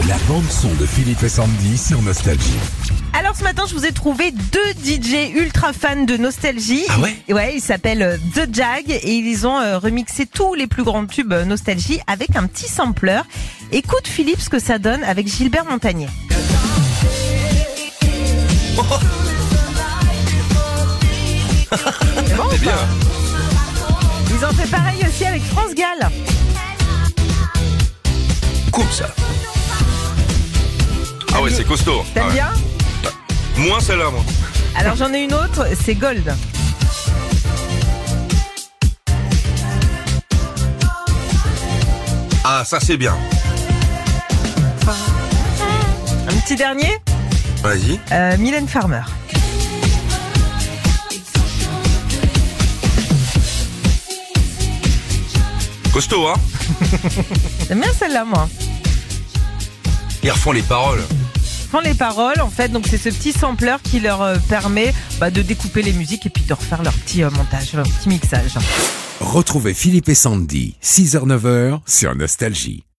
La bande-son de Philippe et Sandy sur Nostalgie. Alors ce matin, je vous ai trouvé 2 DJ ultra fans de Nostalgie. Ah ouais ? Ouais, ils s'appellent The Jag et ils ont remixé tous les plus grands tubes Nostalgie avec un petit sampler. Écoute Philippe ce que ça donne avec Gilbert Montagnier. C'est bon, C'est bien. Ils ont fait pareil aussi avec France Gall. Cool ça. Ah ouais, c'est costaud. T'aimes Ah ouais. bien ? Moins celle-là, moi. Alors j'en ai une autre, c'est Gold. Ah, ça c'est bien. Un petit dernier, Vas-y. Mylène Farmer. Costaud, hein. J'aime bien celle-là moi. Ils refont les paroles. Font les paroles en fait, donc c'est ce petit sampler qui leur permet de découper les musiques et puis de refaire leur petit montage, leur petit mixage. Retrouvez Philippe et Sandy, 6h-9h sur Nostalgie.